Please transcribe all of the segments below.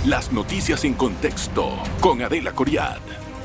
Las noticias en contexto con Adela Coriad.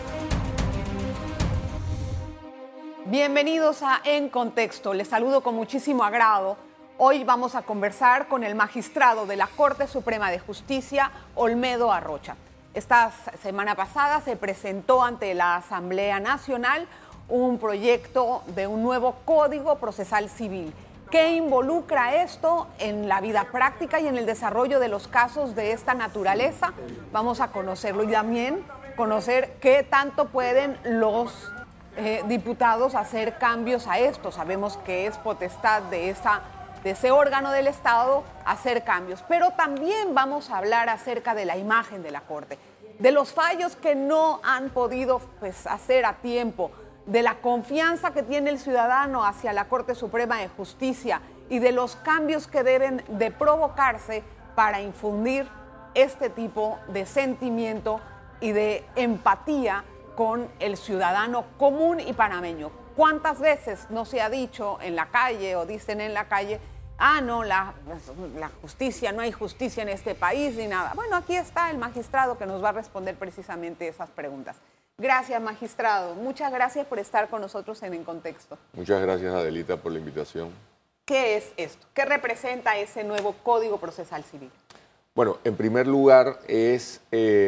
Bienvenidos a En Contexto. Les saludo con muchísimo agrado. Hoy vamos a conversar con el magistrado de la Corte Suprema de Justicia, Olmedo Arrocha. Esta semana pasada se presentó ante la Asamblea Nacional un proyecto de un nuevo Código Procesal Civil. ¿Qué involucra esto en la vida práctica y en el desarrollo de los casos de esta naturaleza? Vamos a conocerlo y también conocer qué tanto pueden los diputados hacer cambios a esto. Sabemos que es potestad de ese órgano del Estado hacer cambios, pero también vamos a hablar acerca de la imagen de la Corte, de los fallos que no han podido hacer a tiempo, de la confianza que tiene el ciudadano hacia la Corte Suprema de Justicia y de los cambios que deben de provocarse para infundir este tipo de sentimiento y de empatía con el ciudadano común y panameño. ¿Cuántas veces no se ha dicho en la calle o dicen en la calle, no, la justicia, no hay justicia en este país ni nada? Bueno, aquí está el magistrado que nos va a responder precisamente esas preguntas. Gracias, magistrado. Muchas gracias por estar con nosotros en Contexto. Muchas gracias, Adelita, por la invitación. ¿Qué es esto? ¿Qué representa ese nuevo Código Procesal Civil? Bueno, en primer lugar es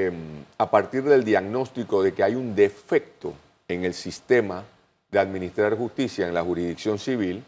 a partir del diagnóstico de que hay un defecto en el sistema de administrar justicia en la jurisdicción civil,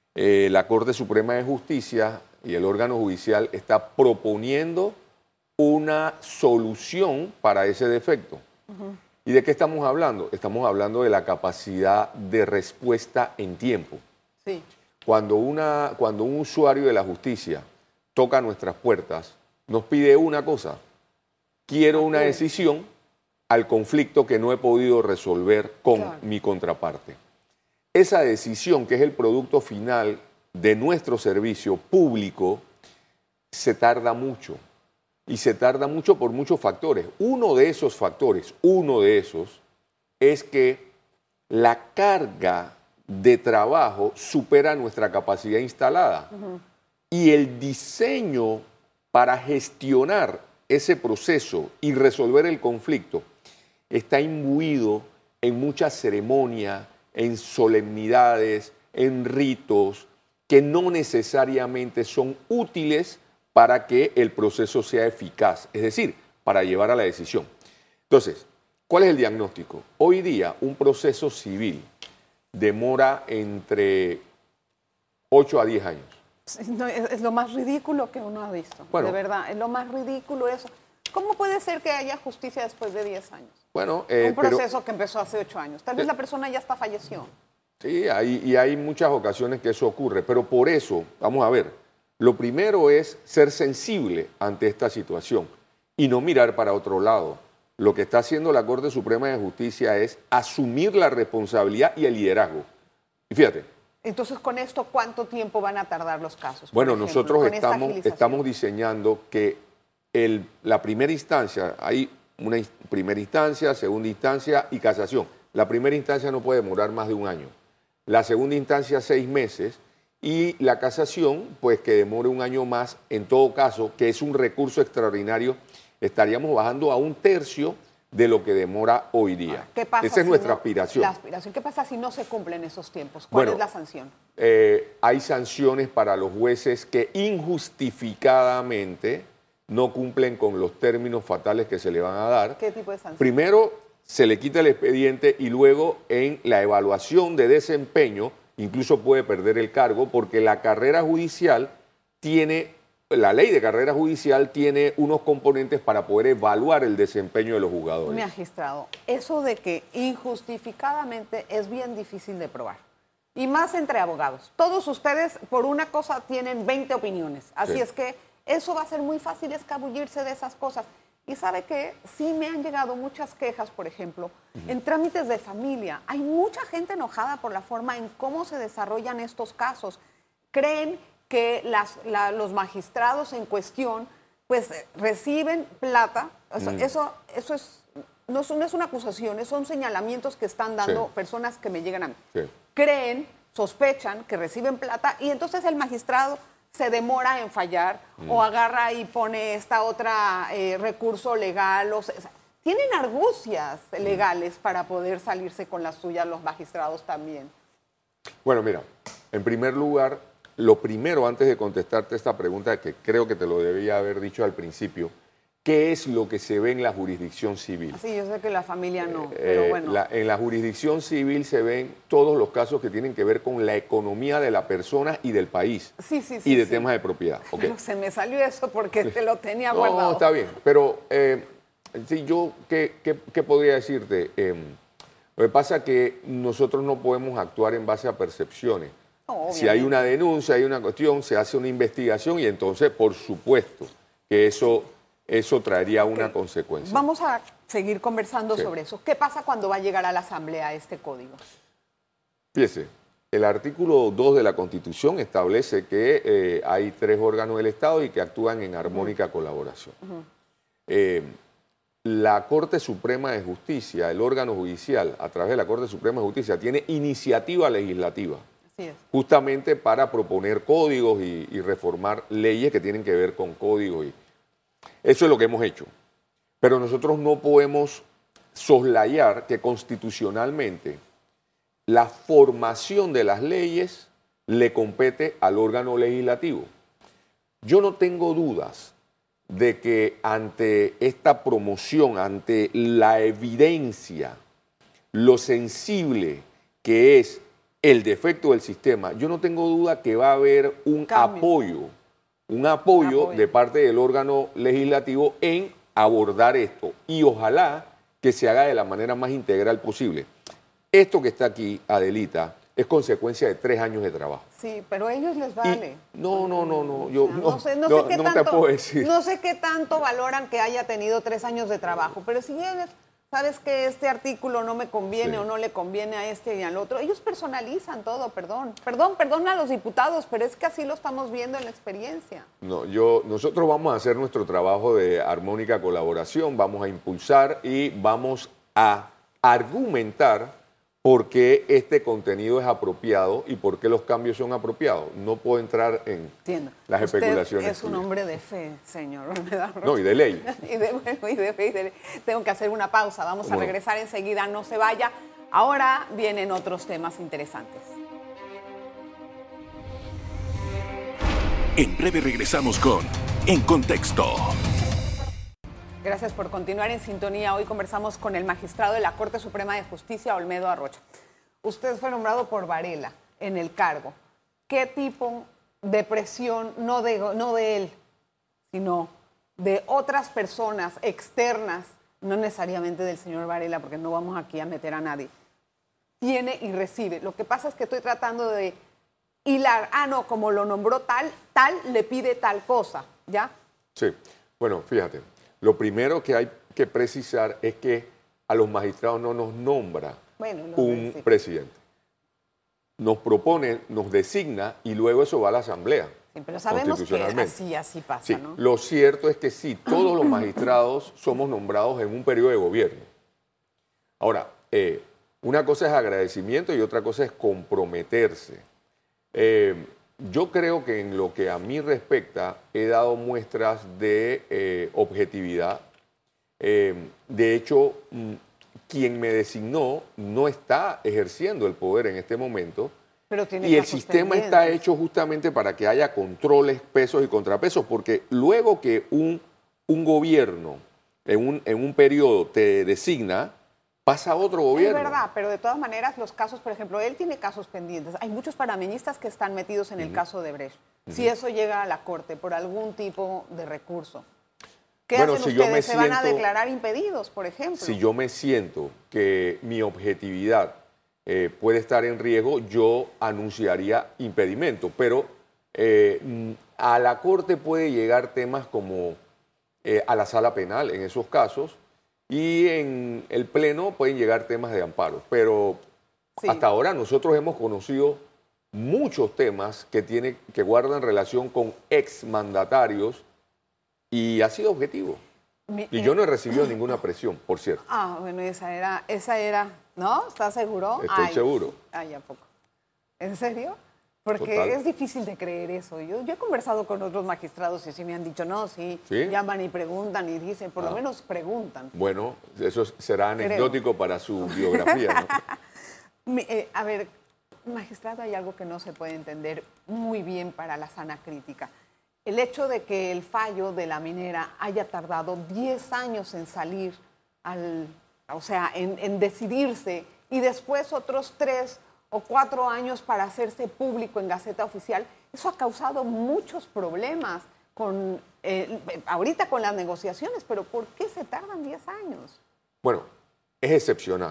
la Corte Suprema de Justicia y el órgano judicial está proponiendo una solución para ese defecto. ¿Y de qué estamos hablando? Estamos hablando de la capacidad de respuesta en tiempo. Sí. Cuando un usuario de la justicia toca nuestras puertas, nos pide una cosa: quiero una decisión al conflicto que no he podido resolver con mi contraparte. Esa decisión, que es el producto final de nuestro servicio público, se tarda mucho. Y se tarda mucho por muchos factores. Uno de esos es que la carga de trabajo supera nuestra capacidad instalada. Y el diseño para gestionar ese proceso y resolver el conflicto está imbuido en muchas ceremonias, en solemnidades, en ritos que no necesariamente son útiles para que el proceso sea eficaz, es decir, para llevar a la decisión. Entonces, ¿cuál es el diagnóstico? Hoy día un proceso civil demora entre 8 a 10 años. No, es lo más ridículo que uno ha visto, de verdad, es lo más ridículo eso. ¿Cómo puede ser que haya justicia después de 10 años? Bueno, un proceso que empezó hace 8 años. Tal vez la persona ya hasta falleció. Sí, hay muchas ocasiones que eso ocurre, pero por eso, vamos a ver, lo primero es ser sensible ante esta situación y no mirar para otro lado. Lo que está haciendo la Corte Suprema de Justicia es asumir la responsabilidad y el liderazgo. Y fíjate. Entonces, con esto, ¿cuánto tiempo van a tardar los casos? Bueno, nosotros estamos diseñando que la primera instancia, hay una primera instancia, segunda instancia y casación. La primera instancia no puede demorar más de un año. La segunda instancia, 6 meses. Y la casación, pues que demore un año más. En todo caso, que es un recurso extraordinario, estaríamos bajando a 1/3 de lo que demora hoy día. ¿Qué pasa Esa es nuestra aspiración. La aspiración. ¿Qué pasa si no se cumplen esos tiempos? ¿Cuál es la sanción? Hay sanciones para los jueces que injustificadamente no cumplen con los términos fatales que se le van a dar. ¿Qué tipo de sanción? Primero, se le quita el expediente y luego en la evaluación de desempeño incluso puede perder el cargo, porque la carrera judicial la ley de carrera judicial tiene unos componentes para poder evaluar el desempeño de los jugadores. Magistrado, eso de que injustificadamente es bien difícil de probar. Y más entre abogados. Todos ustedes por una cosa tienen 20 opiniones. Así es que eso va a ser muy fácil escabullirse de esas cosas. Y sabe que sí me han llegado muchas quejas, por ejemplo, en trámites de familia. Hay mucha gente enojada por la forma en cómo se desarrollan estos casos. Creen que los magistrados en cuestión pues reciben plata. Eso no es una acusación, son señalamientos que están dando personas que me llegan a mí. Creen, sospechan que reciben plata y entonces el magistrado se demora en fallar o agarra y pone esta otra recurso legal. O sea, tienen argucias legales para poder salirse con las suyas los magistrados también. Bueno, mira, en primer lugar, lo primero antes de contestarte esta pregunta, que creo que te lo debía haber dicho al principio, ¿qué es lo que se ve en la jurisdicción civil? Sí, yo sé que la familia no, pero bueno. En la jurisdicción civil se ven todos los casos que tienen que ver con la economía de la persona y del país. Sí, y de temas de propiedad. ¿Okay? Pero se me salió eso porque te lo tenía guardado. No, está bien, pero sí, yo, ¿qué podría decirte? Lo que pasa es que nosotros no podemos actuar en base a percepciones. No, si hay una denuncia, hay una cuestión, se hace una investigación y entonces, por supuesto, que eso traería una consecuencia. Vamos a seguir conversando sobre eso. ¿Qué pasa cuando va a llegar a la Asamblea este código? Fíjese, el artículo 2 de la Constitución establece que hay 3 órganos del Estado y que actúan en armónica colaboración. La Corte Suprema de Justicia, el órgano judicial, a través de la Corte Suprema de Justicia, tiene iniciativa legislativa. Así es. Justamente para proponer códigos y reformar leyes que tienen que ver con códigos. Eso es lo que hemos hecho. Pero nosotros no podemos soslayar que constitucionalmente la formación de las leyes le compete al órgano legislativo. Yo no tengo dudas de que ante esta promoción, ante la evidencia, lo sensible que es el defecto del sistema, yo no tengo duda que va a haber un apoyo de parte del órgano legislativo en abordar esto y ojalá que se haga de la manera más integral posible. Esto que está aquí, Adelita, es consecuencia de 3 años de trabajo. Sí, pero a ellos les vale. Yo no te puedo decir. No sé qué tanto valoran que haya tenido 3 años de trabajo, pero si sabes que este artículo no me conviene o no le conviene a este y al otro, ellos personalizan todo, perdón a los diputados, pero es que así lo estamos viendo en la experiencia. Nosotros vamos a hacer nuestro trabajo de armónica colaboración, vamos a impulsar y vamos a argumentar por qué este contenido es apropiado y por qué los cambios son apropiados. No puedo entrar en las especulaciones. Usted es un hombre de fe, señor. No, y de ley. y de fe. Tengo que hacer una pausa. Vamos a regresar enseguida. No se vaya. Ahora vienen otros temas interesantes. En breve regresamos con En Contexto. Gracias por continuar en sintonía. Hoy conversamos con el magistrado de la Corte Suprema de Justicia, Olmedo Arrocha. Usted fue nombrado por Varela en el cargo. ¿Qué tipo de presión, no de él, sino de otras personas externas, no necesariamente del señor Varela, porque no vamos aquí a meter a nadie, tiene y recibe? Lo que pasa es que estoy tratando de hilar. Como lo nombró tal le pide tal cosa, ¿ya? Sí, bueno, fíjate. Lo primero que hay que precisar es que a los magistrados no nos nombra un presidente. Nos propone, nos designa y luego eso va a la Asamblea. Sí, pero sabemos que así pasa, sí, ¿no? Lo cierto es que sí, todos los magistrados somos nombrados en un periodo de gobierno. Ahora, una cosa es agradecimiento y otra cosa es comprometerse. Yo creo que en lo que a mí respecta he dado muestras de objetividad. De hecho, quien me designó no está ejerciendo el poder en este momento. Pero tiene y el sistema está hecho justamente para que haya controles, pesos y contrapesos, porque luego que un gobierno en un periodo te designa, pasa otro gobierno. Es verdad, pero de todas maneras los casos, por ejemplo, él tiene casos pendientes. Hay muchos panameñistas que están metidos en el caso de Brecht. Si eso llega a la Corte por algún tipo de recurso, ¿qué hacen ustedes? ¿Se van a declarar impedidos, por ejemplo? Si yo me siento que mi objetividad puede estar en riesgo, yo anunciaría impedimento. Pero a la Corte puede llegar temas como a la sala penal en esos casos, y en el Pleno pueden llegar temas de amparo. Pero hasta ahora nosotros hemos conocido muchos temas que guardan relación con exmandatarios y ha sido objetivo. Y yo no he recibido ninguna presión, por cierto. Bueno, esa era, ¿no? ¿Estás seguro? Estoy seguro. ¿A poco? ¿En serio? Porque Total. es difícil de creer eso. Yo he conversado con otros magistrados y sí me han dicho, no, sí, llaman y preguntan y dicen, por lo menos preguntan. Bueno, eso será anecdótico para su biografía, ¿no? A ver, magistrado, hay algo que no se puede entender muy bien para la sana crítica. El hecho de que el fallo de la minera haya tardado 10 años en salir, en decidirse, y después otros 3 o 4 años para hacerse público en Gaceta Oficial, eso ha causado muchos problemas ahorita con las negociaciones, pero ¿por qué se tardan 10 años? Bueno, es excepcional,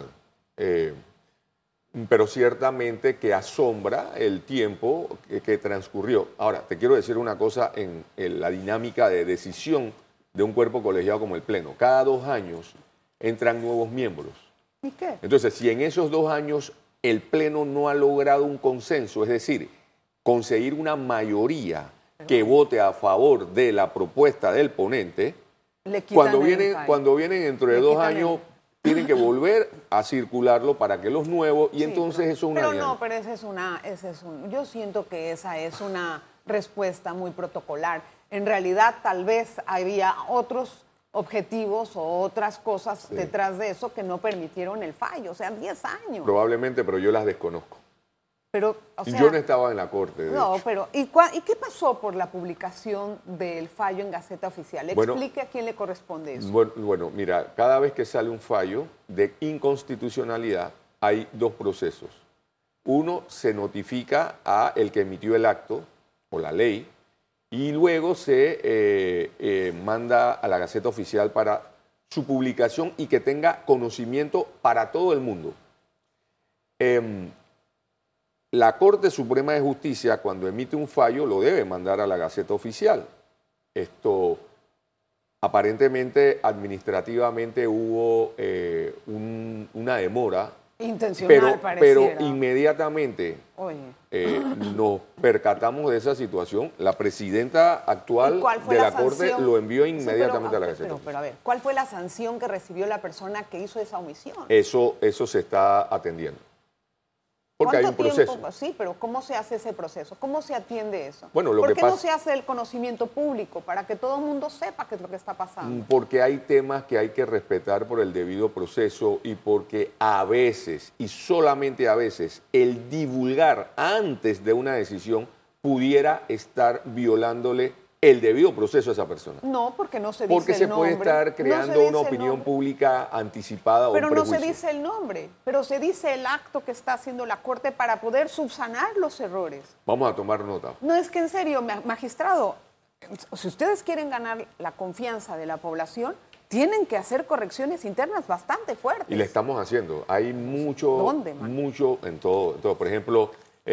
pero ciertamente que asombra el tiempo que transcurrió. Ahora, te quiero decir una cosa en la dinámica de decisión de un cuerpo colegiado como el Pleno. Cada 2 años entran nuevos miembros. ¿Y qué? Entonces, si en esos 2 años el Pleno no ha logrado un consenso, es decir, conseguir una mayoría que vote a favor de la propuesta del ponente, cuando vienen dentro de 2 años, tienen que volver a circularlo para que los nuevos, y entonces eso es una... yo siento que esa es una respuesta muy protocolar. En realidad, tal vez había otros objetivos o otras cosas detrás de eso que no permitieron el fallo. O sea, 10 años. Probablemente, pero yo las desconozco. Pero, yo no estaba en la corte. No, pero ¿y qué pasó por la publicación del fallo en Gaceta Oficial? Explique a quién le corresponde eso. Bueno, mira, cada vez que sale un fallo de inconstitucionalidad hay 2 procesos. Uno, se notifica a el que emitió el acto o la ley, y luego se manda a la Gaceta Oficial para su publicación y que tenga conocimiento para todo el mundo. La Corte Suprema de Justicia, cuando emite un fallo, lo debe mandar a la Gaceta Oficial. Esto, aparentemente, administrativamente hubo una demora. Intencional, pero inmediatamente nos percatamos de esa situación. La presidenta actual de la Corte lo envió inmediatamente a la Gaceta. Pero a ver, ¿cuál fue la sanción que recibió la persona que hizo esa omisión? Eso se está atendiendo. Porque hay un proceso. Sí, pero ¿cómo se hace ese proceso? ¿Cómo se atiende eso? Bueno, ¿Por qué no se hace el conocimiento público para que todo el mundo sepa qué es lo que está pasando? Porque hay temas que hay que respetar por el debido proceso y porque a veces, y solamente a veces, el divulgar antes de una decisión pudiera estar violándole el debido proceso a esa persona. No, porque no se dice el nombre. Porque se puede estar creando una opinión pública anticipada o un prejuicio. Pero no se dice el nombre, pero se dice el acto que está haciendo la Corte para poder subsanar los errores. Vamos a tomar nota. No, es que en serio, magistrado, si ustedes quieren ganar la confianza de la población, tienen que hacer correcciones internas bastante fuertes. Y le estamos haciendo. Hay mucho, ¿Dónde, mucho en todo. Por ejemplo,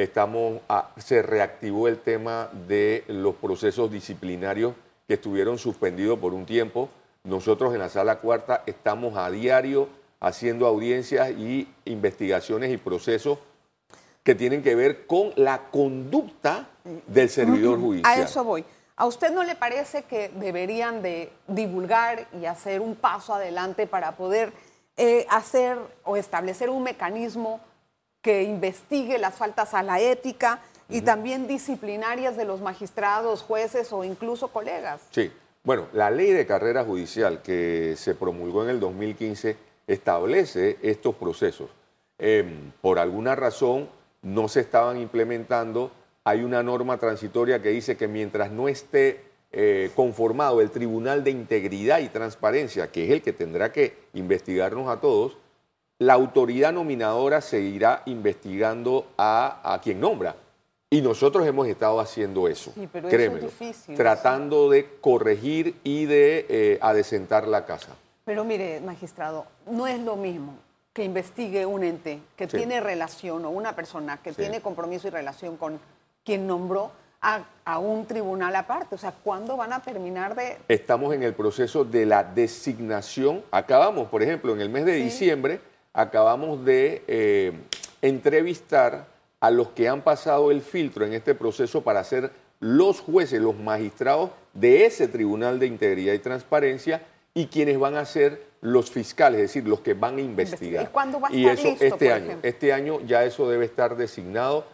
se reactivó el tema de los procesos disciplinarios que estuvieron suspendidos por un tiempo. Nosotros en la Sala Cuarta estamos a diario haciendo audiencias y investigaciones y procesos que tienen que ver con la conducta del servidor judicial. A eso voy. ¿A usted no le parece que deberían de divulgar y hacer un paso adelante para poder hacer o establecer un mecanismo que investigue las faltas a la ética y también disciplinarias de los magistrados, jueces o incluso colegas? Sí. Bueno, la ley de carrera judicial que se promulgó en el 2015 establece estos procesos. Por alguna razón no se estaban implementando. Hay una norma transitoria que dice que mientras no esté conformado el Tribunal de Integridad y Transparencia, que es el que tendrá que investigarnos a todos, la autoridad nominadora seguirá investigando a quien nombra. Y nosotros hemos estado haciendo eso, sí, pero créemelo, eso es difícil, tratando de corregir y de adecentar la casa. Pero mire, magistrado, no es lo mismo que investigue un ente que tiene relación o una persona que tiene compromiso y relación con quien nombró a un tribunal aparte. O sea, ¿cuándo van a terminar de...? Estamos en el proceso de la designación. Acabamos, por ejemplo, en el mes de diciembre, acabamos de entrevistar a los que han pasado el filtro en este proceso para ser los jueces, los magistrados de ese Tribunal de Integridad y Transparencia y quienes van a ser los fiscales, es decir, los que van a investigar. ¿Y cuándo va a y estar eso listo, este por año? ejemplo? Este año ya eso debe estar designado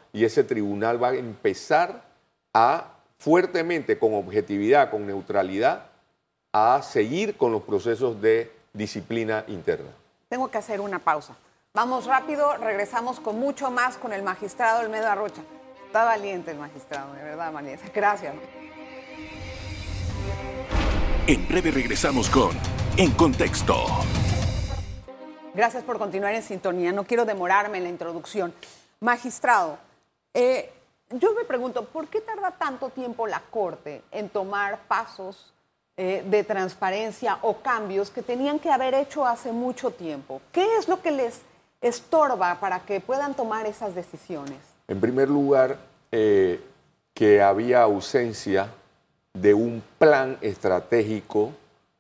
y ese tribunal va a empezar a fuertemente, con objetividad, con neutralidad, a seguir con los procesos de disciplina interna. Tengo que hacer una pausa. Vamos rápido, regresamos con mucho más con el magistrado Olmedo Arrocha. Está valiente el magistrado, de verdad, valiente. Gracias. En breve regresamos con En Contexto. Gracias por continuar en sintonía. No quiero demorarme en la introducción. Magistrado, yo me pregunto, ¿por qué tarda tanto tiempo la Corte en tomar pasos de transparencia o cambios que tenían que haber hecho hace mucho tiempo? ¿Qué es lo que les estorba para que puedan tomar esas decisiones? En primer lugar, que había ausencia de un plan estratégico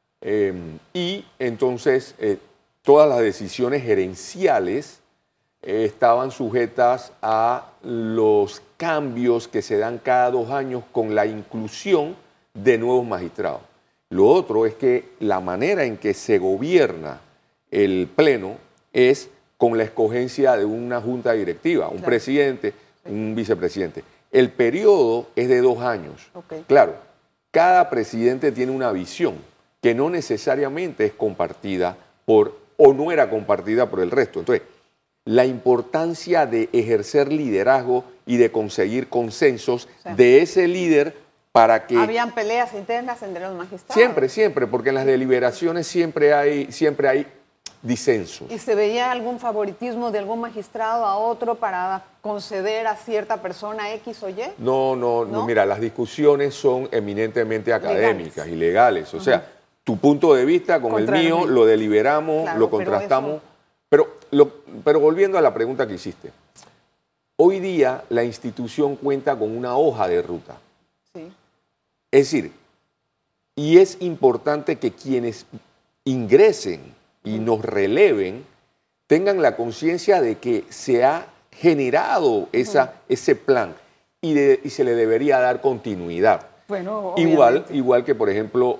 y entonces todas las decisiones gerenciales estaban sujetas a los cambios que se dan cada 2 años con la inclusión de nuevos magistrados. Lo otro es que la manera en que se gobierna el Pleno es con la escogencia de una junta directiva, un presidente, un vicepresidente. El periodo es de 2 años. Claro, cada presidente tiene una visión que no necesariamente es compartida o no era compartida por el resto. Entonces, la importancia de ejercer liderazgo y de conseguir consensos de ese líder para que... ¿Habían peleas internas entre los magistrados? Siempre, porque en las deliberaciones siempre hay disensos. ¿Y se veía algún favoritismo de algún magistrado a otro para conceder a cierta persona X o Y? No, mira, las discusiones son eminentemente académicas y legales. O sea, tu punto de vista con el mío lo deliberamos, lo contrastamos. Pero volviendo a la pregunta que hiciste, hoy día la institución cuenta con una hoja de ruta. Sí. Es decir, y es importante que quienes ingresen y nos releven tengan la conciencia de que se ha generado ese plan y se le debería dar continuidad. Bueno, igual que, por ejemplo,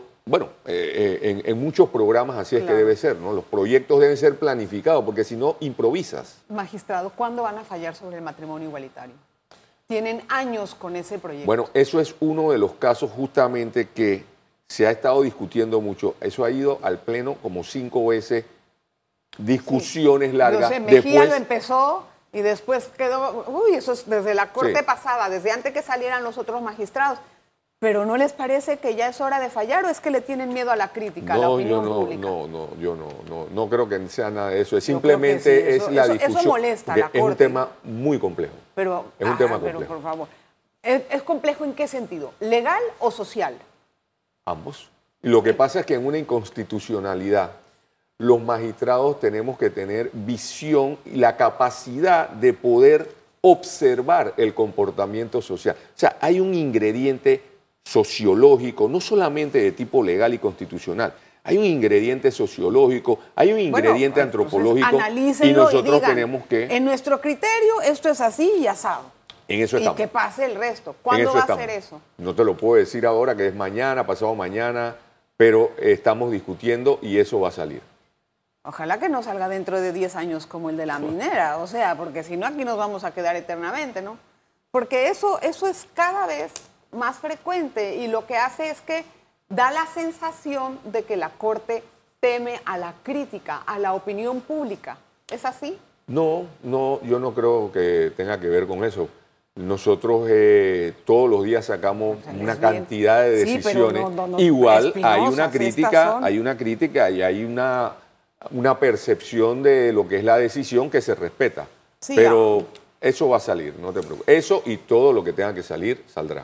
en muchos programas así es que debe ser, ¿no? Los proyectos deben ser planificados, porque si no, improvisas. Magistrado, ¿cuándo van a fallar sobre el matrimonio igualitario? Tienen años con ese proyecto. Bueno, eso es uno de los casos justamente que se ha estado discutiendo mucho. Eso ha ido al Pleno como 5 veces, discusiones largas. Yo sé, Mejía lo empezó y después quedó... Uy, eso es desde la Corte pasada, desde antes que salieran los otros magistrados. ¿Pero no les parece que ya es hora de fallar o es que le tienen miedo a la crítica, a la opinión pública? Yo no creo que sea nada de eso. Simplemente es la discusión. Eso molesta a la Corte. Es un tema muy complejo. Es un tema complejo. Pero por favor, ¿es complejo en qué sentido? ¿Legal o social? Ambos. Y lo que pasa es que en una inconstitucionalidad los magistrados tenemos que tener visión y la capacidad de poder observar el comportamiento social. O sea, hay un ingrediente sociológico, no solamente de tipo legal y constitucional. Hay un ingrediente sociológico, hay un ingrediente antropológico y nosotros tenemos que... En nuestro criterio esto es así y asado. En eso estamos. Y que pase el resto. ¿Cuándo va a ser eso? No te lo puedo decir ahora, que es mañana, pasado mañana, pero estamos discutiendo y eso va a salir. Ojalá que no salga dentro de 10 años como el de la minera, o sea, porque si no aquí nos vamos a quedar eternamente, ¿no? Porque eso es cada vez más frecuente y lo que hace es que da la sensación de que la Corte teme a la crítica, a la opinión pública. ¿Es así? No, yo no creo que tenga que ver con eso. Nosotros todos los días sacamos una cantidad de decisiones. Igual hay una crítica y hay una percepción de lo que es la decisión que se respeta. Sí, pero eso va a salir, no te preocupes. Eso y todo lo que tenga que salir, saldrá.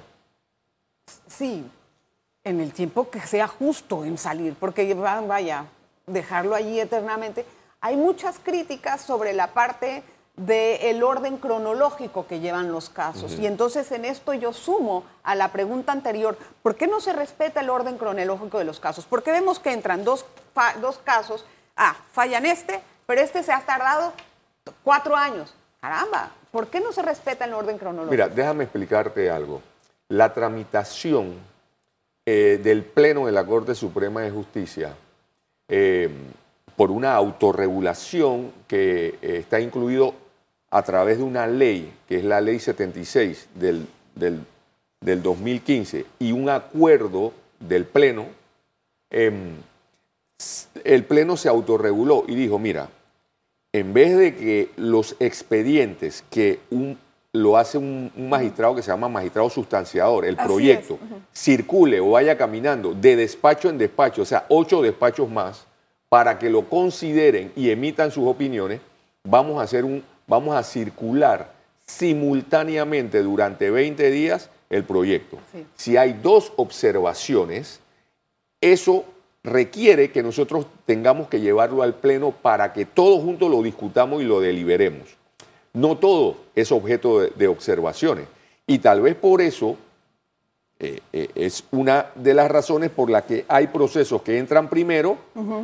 Sí, en el tiempo que sea justo en salir, porque vaya, dejarlo allí eternamente. Hay muchas críticas sobre la parte del orden cronológico que llevan los casos. Y entonces en esto yo sumo a la pregunta anterior, ¿por qué no se respeta el orden cronológico de los casos? Porque vemos que entran dos casos, fallan pero este se ha tardado 4 años. Caramba, ¿por qué no se respeta el orden cronológico? Mira, déjame explicarte algo. La tramitación del Pleno de la Corte Suprema de Justicia por una autorregulación que está incluido a través de una ley, que es la Ley 76 del 2015, y un acuerdo del Pleno, el Pleno se autorreguló y dijo, mira, en vez de que los expedientes que lo hace un magistrado que se llama magistrado sustanciador, el proyecto, circule o vaya caminando de despacho en despacho, o sea, 8 despachos más, para que lo consideren y emitan sus opiniones, vamos a circular simultáneamente durante 20 días el proyecto. Sí. Si hay 2 observaciones, eso requiere que nosotros tengamos que llevarlo al Pleno para que todos juntos lo discutamos y lo deliberemos. No todo es objeto de observaciones. Y tal vez por eso es una de las razones por las que hay procesos que entran primero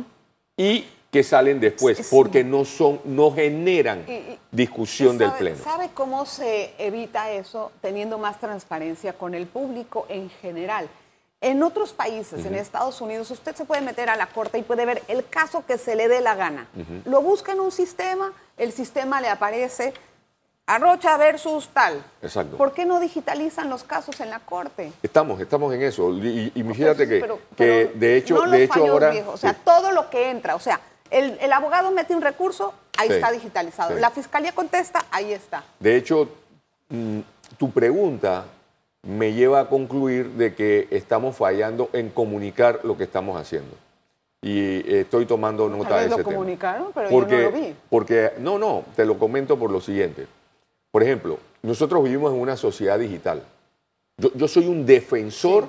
y que salen después, porque no generan discusión del Pleno. ¿Sabe cómo se evita eso teniendo más transparencia con el público en general? En otros países, en Estados Unidos, usted se puede meter a la corte y puede ver el caso que se le dé la gana. Lo busca en un sistema, el sistema le aparece Arrocha versus tal. Exacto. ¿Por qué no digitalizan los casos en la corte? Estamos en eso. Y fíjate que de hecho ahora... Viejo. O sea, todo lo que entra, o sea, el abogado mete un recurso, ahí está digitalizado. La fiscalía contesta, ahí está. De hecho, tu pregunta me lleva a concluir de que estamos fallando en comunicar lo que estamos haciendo. Y estoy tomando nota de ese tema. ¿Lo comunicaron? Pero yo no lo vi. No, te lo comento por lo siguiente. Por ejemplo, nosotros vivimos en una sociedad digital. Yo soy un defensor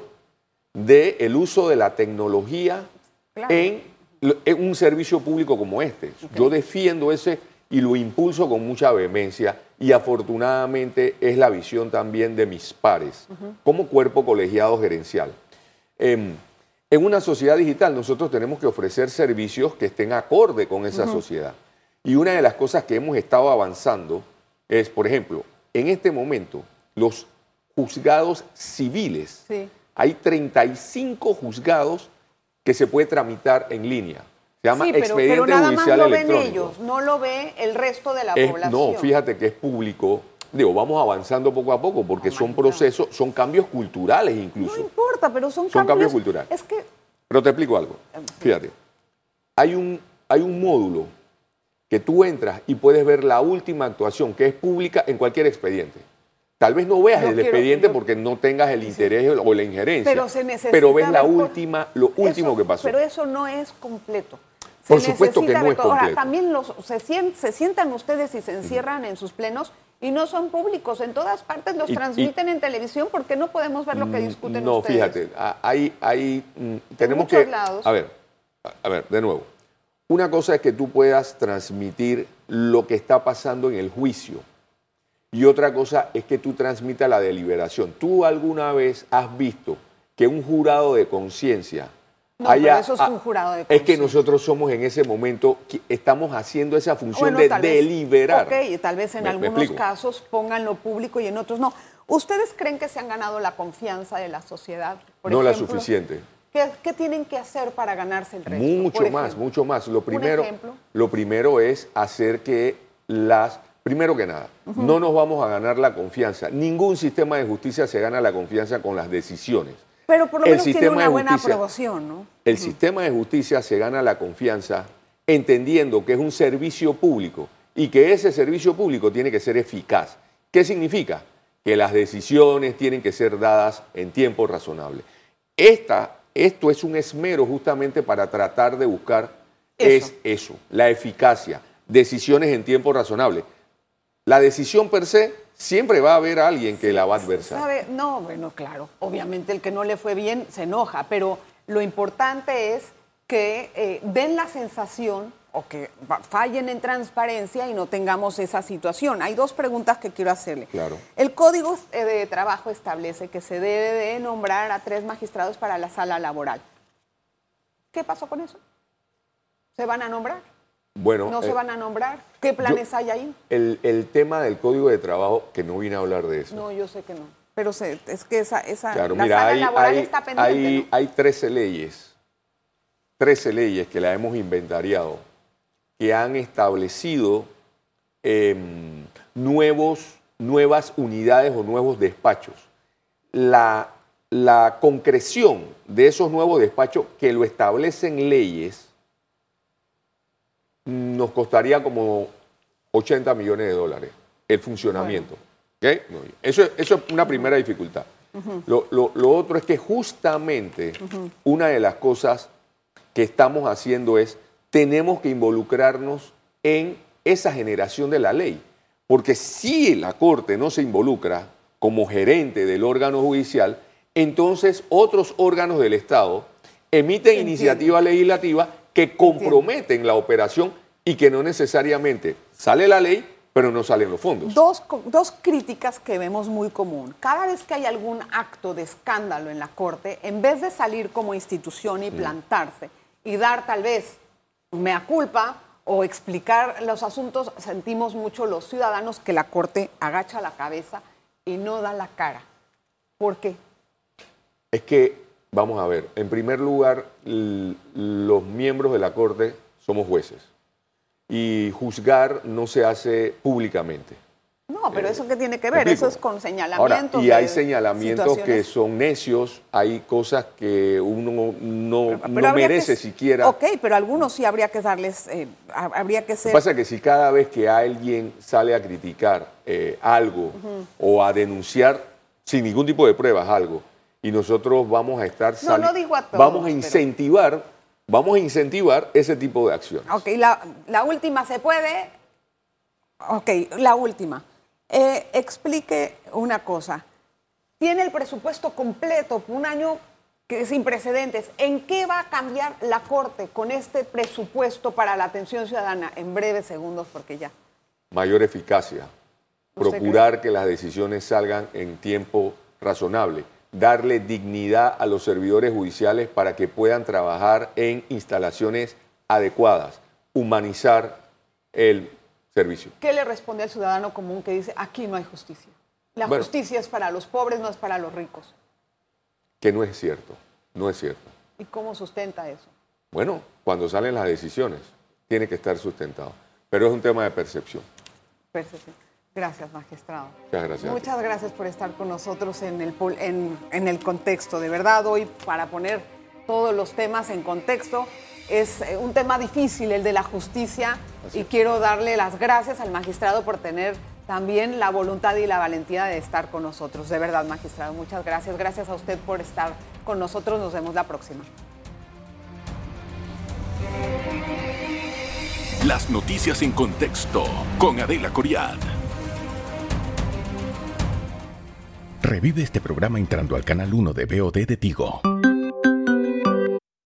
del uso de la tecnología en un servicio público como este. Yo defiendo ese y lo impulso con mucha vehemencia y afortunadamente es la visión también de mis pares como cuerpo colegiado gerencial. En una sociedad digital nosotros tenemos que ofrecer servicios que estén acorde con esa sociedad. Y una de las cosas que hemos estado avanzando es, por ejemplo, en este momento los juzgados civiles, hay 35 juzgados que se puede tramitar en línea. Se llama expediente pero nada judicial más lo electrónico. ven ellos, no lo ve el resto de la población. No, fíjate que es público. Digo, vamos avanzando poco a poco porque son procesos, son cambios culturales incluso. No importa, pero son cambios culturales. Es que... Pero te explico algo. Fíjate, hay un módulo que tú entras y puedes ver la última actuación que es pública en cualquier expediente. Tal vez no veas el expediente porque no tengas el interés o la injerencia, pero se necesita pero ves lo último que pasó. Pero eso no es completo. Por supuesto que no es completo. Ahora, también se sientan ustedes y se encierran en sus plenos y no son públicos. En todas partes los transmiten en televisión. ¿Por qué no podemos ver lo que discuten ustedes? No, fíjate, tenemos que... lados. A ver, de nuevo. Una cosa es que tú puedas transmitir lo que está pasando en el juicio y otra cosa es que tú transmitas la deliberación. ¿Tú alguna vez has visto que un jurado de conciencia pero eso es un jurado de conciencia? Es que nosotros somos en ese momento, que estamos haciendo esa función de deliberar. Ok, tal vez en algunos casos pongan lo público y en otros no. ¿Ustedes creen que se han ganado la confianza de la sociedad? No la suficiente. ¿Qué tienen que hacer para ganarse el resto? Mucho más. Lo primero es hacer que primero que nada, no nos vamos a ganar la confianza. Ningún sistema de justicia se gana la confianza con las decisiones. Pero por lo menos tiene una buena aprobación, ¿no? El sistema de justicia se gana la confianza entendiendo que es un servicio público y que ese servicio público tiene que ser eficaz. ¿Qué significa? Que las decisiones tienen que ser dadas en tiempo razonable. Esto es un esmero justamente para tratar de buscar eso, la eficacia, decisiones en tiempo razonable. La decisión per se, siempre va a haber alguien que la va a adversar. No, bueno, claro, obviamente el que no le fue bien se enoja, pero lo importante es que den la sensación o que fallen en transparencia y no tengamos esa situación. Hay 2 preguntas que quiero hacerle. Claro. El Código de Trabajo establece que se debe de nombrar a 3 magistrados para la sala laboral. ¿Qué pasó con eso? ¿Se van a nombrar? Bueno, ¿No se van a nombrar? ¿Qué planes hay ahí? El tema del Código de Trabajo, que no vine a hablar de eso. No, yo sé que no. Pero es que claro, la sala laboral está pendiente, ¿no? Hay 13 leyes que las hemos inventariado, que han establecido nuevas unidades o nuevos despachos. La concreción de esos nuevos despachos que lo establecen leyes nos costaría como $80 millones el funcionamiento. Bueno. ¿Okay? Eso es una primera dificultad. Lo otro es que justamente una de las cosas que estamos haciendo es tenemos que involucrarnos en esa generación de la ley. Porque si la Corte no se involucra como gerente del órgano judicial, entonces otros órganos del Estado emiten iniciativas legislativas que comprometen la operación y que no necesariamente sale la ley, pero no salen los fondos. Dos críticas que vemos muy común. Cada vez que hay algún acto de escándalo en la Corte, en vez de salir como institución y plantarse y dar tal vez mea culpa o explicar los asuntos, sentimos mucho los ciudadanos que la Corte agacha la cabeza y no da la cara. ¿Por qué? Es que, vamos a ver, en primer lugar, los miembros de la Corte somos jueces. Y juzgar no se hace públicamente. No, pero ¿eso qué tiene que ver? Eso es con señalamientos. Ahora, y hay señalamientos que son necios, hay cosas que uno no merece siquiera. Ok, pero algunos sí habría que darles, habría que ser... Lo que pasa es que si cada vez que alguien sale a criticar algo o a denunciar sin ningún tipo de pruebas algo, y nosotros vamos a estar no digo a todos, vamos a incentivar ese tipo de acciones. Ok, la última se puede. Ok, la última. Explique una cosa. Tiene el presupuesto completo por un año que sin precedentes. ¿En qué va a cambiar la Corte con este presupuesto para la atención ciudadana? En breves segundos, porque ya. Mayor eficacia. Procurar que las decisiones salgan en tiempo razonable. Darle dignidad a los servidores judiciales para que puedan trabajar en instalaciones adecuadas, humanizar el servicio. ¿Qué le responde al ciudadano común que dice, aquí no hay justicia? La justicia es para los pobres, no es para los ricos. Que no es cierto, no es cierto. ¿Y cómo sustenta eso? Bueno, cuando salen las decisiones, tiene que estar sustentado. Pero es un tema de percepción. Percepción. Gracias, magistrado. Muchas gracias. Muchas gracias por estar con nosotros en el contexto. De verdad, hoy para poner todos los temas en contexto, es un tema difícil el de la justicia y quiero darle las gracias al magistrado por tener también la voluntad y la valentía de estar con nosotros. De verdad, magistrado, muchas gracias. Gracias a usted por estar con nosotros. Nos vemos la próxima. Las noticias en contexto con Adela Coriad. Revive este programa entrando al canal 1 de VOD de Tigo.